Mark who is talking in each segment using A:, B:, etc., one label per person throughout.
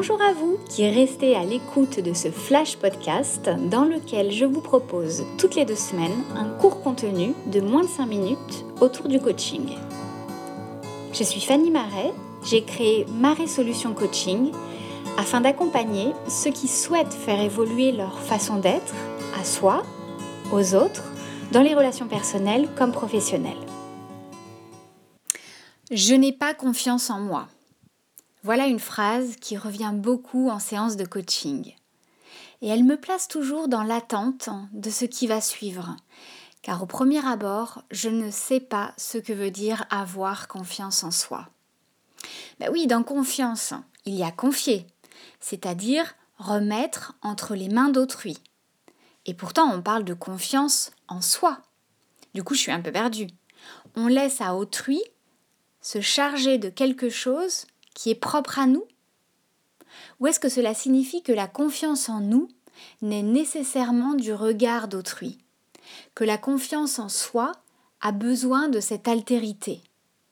A: Bonjour à vous qui restez à l'écoute de ce Flash Podcast dans lequel je vous propose toutes les 2 semaines un court contenu de moins de 5 minutes autour du coaching. Je suis Fanny Marais, j'ai créé Marais Solutions Coaching afin d'accompagner ceux qui souhaitent faire évoluer leur façon d'être à soi, aux autres, dans les relations personnelles comme professionnelles. Je n'ai pas confiance en moi. Voilà une phrase qui revient beaucoup en séance de coaching. Et elle me place toujours dans l'attente de ce qui va suivre. Car au premier abord, je ne sais pas ce que veut dire avoir confiance en soi. Ben oui, dans confiance, il y a confier, c'est-à-dire remettre entre les mains d'autrui. Et pourtant, on parle de confiance en soi. Du coup, je suis un peu perdue. On laisse à autrui se charger de quelque chose qui est propre à nous? Ou est-ce que cela signifie que la confiance en nous n'est nécessairement du regard d'autrui? Que la confiance en soi a besoin de cette altérité?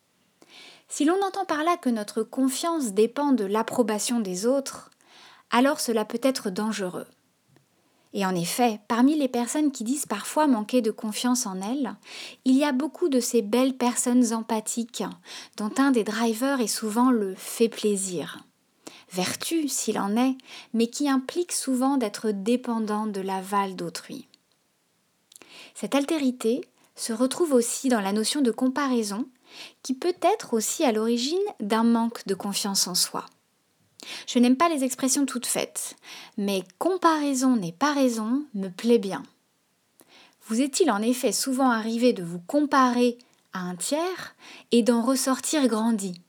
A: Si l'on entend par là que notre confiance dépend de l'approbation des autres, alors cela peut être dangereux. Et en effet, parmi les personnes qui disent parfois manquer de confiance en elles, il y a beaucoup de ces belles personnes empathiques, dont un des drivers est souvent le fait plaisir. Vertu s'il en est, mais qui implique souvent d'être dépendant de l'aval d'autrui. Cette altérité se retrouve aussi dans la notion de comparaison, qui peut être aussi à l'origine d'un manque de confiance en soi. Je n'aime pas les expressions toutes faites, mais comparaison n'est pas raison me plaît bien. Vous est-il en effet souvent arrivé de vous comparer à un tiers et d'en ressortir grandi?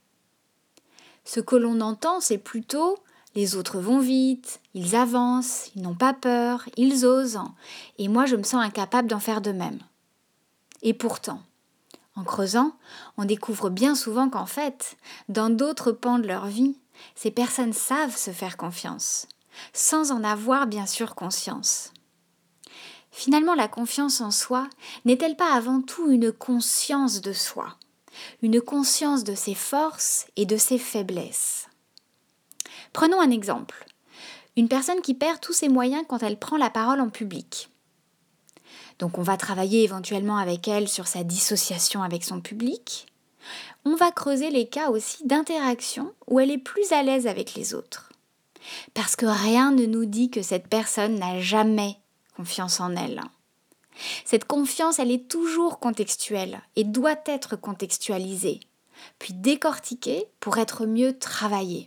A: Ce que l'on entend, c'est plutôt « les autres vont vite, ils avancent, ils n'ont pas peur, ils osent, et moi je me sens incapable d'en faire de même ». Et pourtant, en creusant, on découvre bien souvent qu'en fait, dans d'autres pans de leur vie, ces personnes savent se faire confiance, sans en avoir bien sûr conscience. Finalement, la confiance en soi n'est-elle pas avant tout une conscience de soi, une conscience de ses forces et de ses faiblesses? Prenons un exemple. Une personne qui perd tous ses moyens quand elle prend la parole en public. Donc on va travailler éventuellement avec elle sur sa dissociation avec son public. On va creuser les cas aussi d'interaction où elle est plus à l'aise avec les autres. Parce que rien ne nous dit que cette personne n'a jamais confiance en elle. Cette confiance, elle est toujours contextuelle et doit être contextualisée, puis décortiquée pour être mieux travaillée.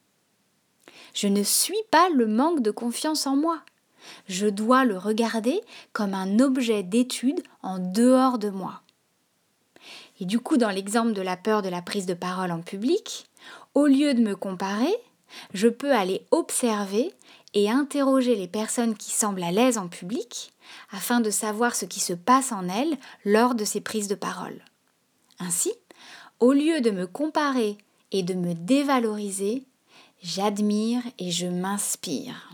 A: Je ne suis pas le manque de confiance en moi. Je dois le regarder comme un objet d'étude en dehors de moi. Et du coup, dans l'exemple de la peur de la prise de parole en public, au lieu de me comparer, je peux aller observer et interroger les personnes qui semblent à l'aise en public afin de savoir ce qui se passe en elles lors de ces prises de parole. Ainsi, au lieu de me comparer et de me dévaloriser, j'admire et je m'inspire.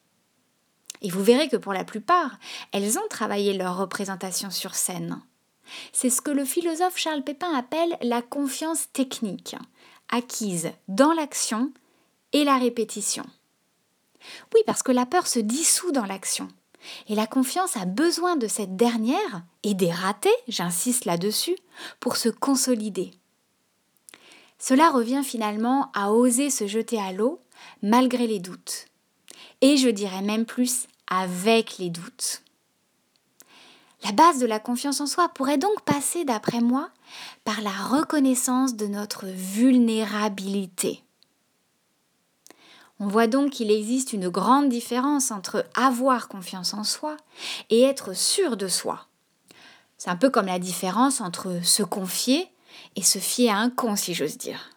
A: Et vous verrez que pour la plupart, elles ont travaillé leur représentation sur scène. C'est ce que le philosophe Charles Pépin appelle la confiance technique, acquise dans l'action et la répétition. Oui, parce que la peur se dissout dans l'action. Et la confiance a besoin de cette dernière, et des ratés, j'insiste là-dessus, pour se consolider. Cela revient finalement à oser se jeter à l'eau malgré les doutes. Et je dirais même plus avec les doutes. La base de la confiance en soi pourrait donc passer, d'après moi, par la reconnaissance de notre vulnérabilité. On voit donc qu'il existe une grande différence entre avoir confiance en soi et être sûr de soi. C'est un peu comme la différence entre se confier et se fier à un con, si j'ose dire.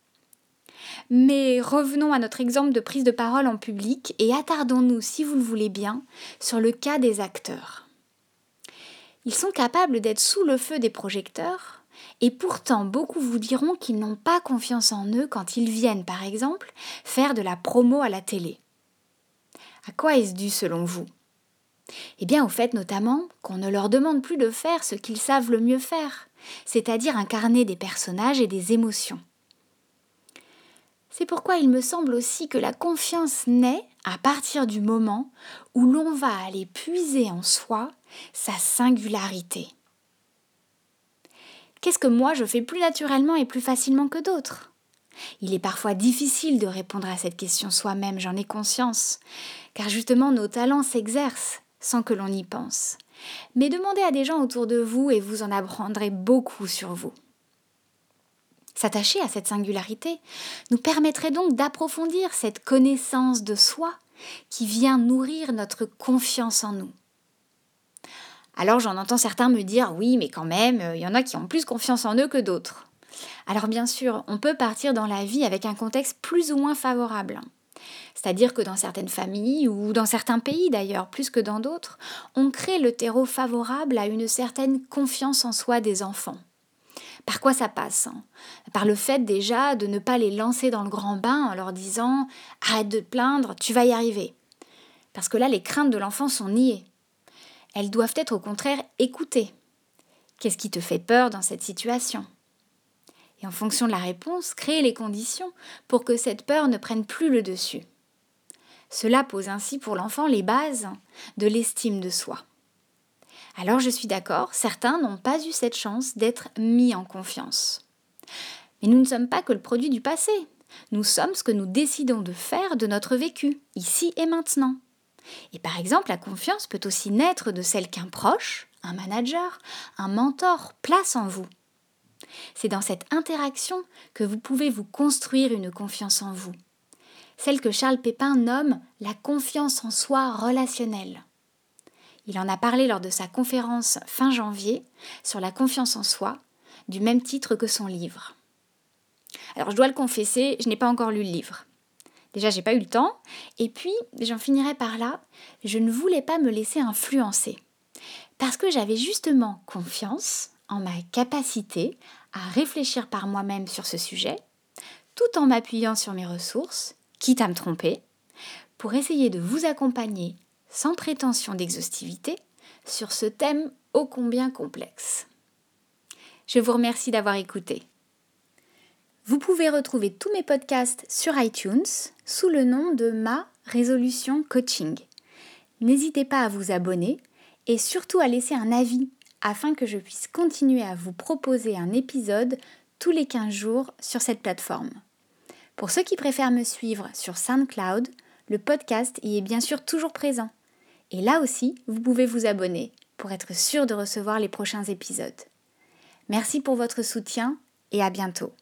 A: Mais revenons à notre exemple de prise de parole en public et attardons-nous, si vous le voulez bien, sur le cas des acteurs. Ils sont capables d'être sous le feu des projecteurs et pourtant beaucoup vous diront qu'ils n'ont pas confiance en eux quand ils viennent, par exemple, faire de la promo à la télé. À quoi est-ce dû selon vous ? Eh bien au fait notamment qu'on ne leur demande plus de faire ce qu'ils savent le mieux faire, c'est-à-dire incarner des personnages et des émotions. C'est pourquoi il me semble aussi que la confiance naît à partir du moment où l'on va aller puiser en soi sa singularité. Qu'est-ce que moi je fais plus naturellement et plus facilement que d'autres ? Il est parfois difficile de répondre à cette question soi-même, j'en ai conscience, car justement nos talents s'exercent sans que l'on y pense. Mais demandez à des gens autour de vous et vous en apprendrez beaucoup sur vous. S'attacher à cette singularité nous permettrait donc d'approfondir cette connaissance de soi qui vient nourrir notre confiance en nous. Alors j'en entends certains me dire « oui, mais quand même, il y en a qui ont plus confiance en eux que d'autres ». Alors bien sûr, on peut partir dans la vie avec un contexte plus ou moins favorable. C'est-à-dire que dans certaines familles, ou dans certains pays d'ailleurs, plus que dans d'autres, on crée le terreau favorable à une certaine confiance en soi des enfants. Par quoi ça passe ? Par le fait déjà de ne pas les lancer dans le grand bain en leur disant « arrête de te plaindre, tu vas y arriver ». Parce que là, les craintes de l'enfant sont niées. Elles doivent être au contraire écoutées. Qu'est-ce qui te fait peur dans cette situation ? Et en fonction de la réponse, créer les conditions pour que cette peur ne prenne plus le dessus. Cela pose ainsi pour l'enfant les bases de l'estime de soi. Alors je suis d'accord, certains n'ont pas eu cette chance d'être mis en confiance. Mais nous ne sommes pas que le produit du passé. Nous sommes ce que nous décidons de faire de notre vécu, ici et maintenant. Et par exemple, la confiance peut aussi naître de celle qu'un proche, un manager, un mentor place en vous. C'est dans cette interaction que vous pouvez vous construire une confiance en vous. Celle que Charles Pépin nomme la confiance en soi relationnelle. Il en a parlé lors de sa conférence fin janvier sur la confiance en soi, du même titre que son livre. Alors je dois le confesser, je n'ai pas encore lu le livre. Déjà, j'ai pas eu le temps, et puis j'en finirai par là, je ne voulais pas me laisser influencer. Parce que j'avais justement confiance en ma capacité à réfléchir par moi-même sur ce sujet, tout en m'appuyant sur mes ressources, quitte à me tromper, pour essayer de vous accompagner sans prétention d'exhaustivité sur ce thème ô combien complexe. Je vous remercie d'avoir écouté. Vous pouvez retrouver tous mes podcasts sur iTunes sous le nom de Ma Résolution Coaching. N'hésitez pas à vous abonner et surtout à laisser un avis afin que je puisse continuer à vous proposer un épisode tous les 15 jours sur cette plateforme. Pour ceux qui préfèrent me suivre sur SoundCloud, le podcast y est bien sûr toujours présent. Et là aussi, vous pouvez vous abonner pour être sûr de recevoir les prochains épisodes. Merci pour votre soutien et à bientôt.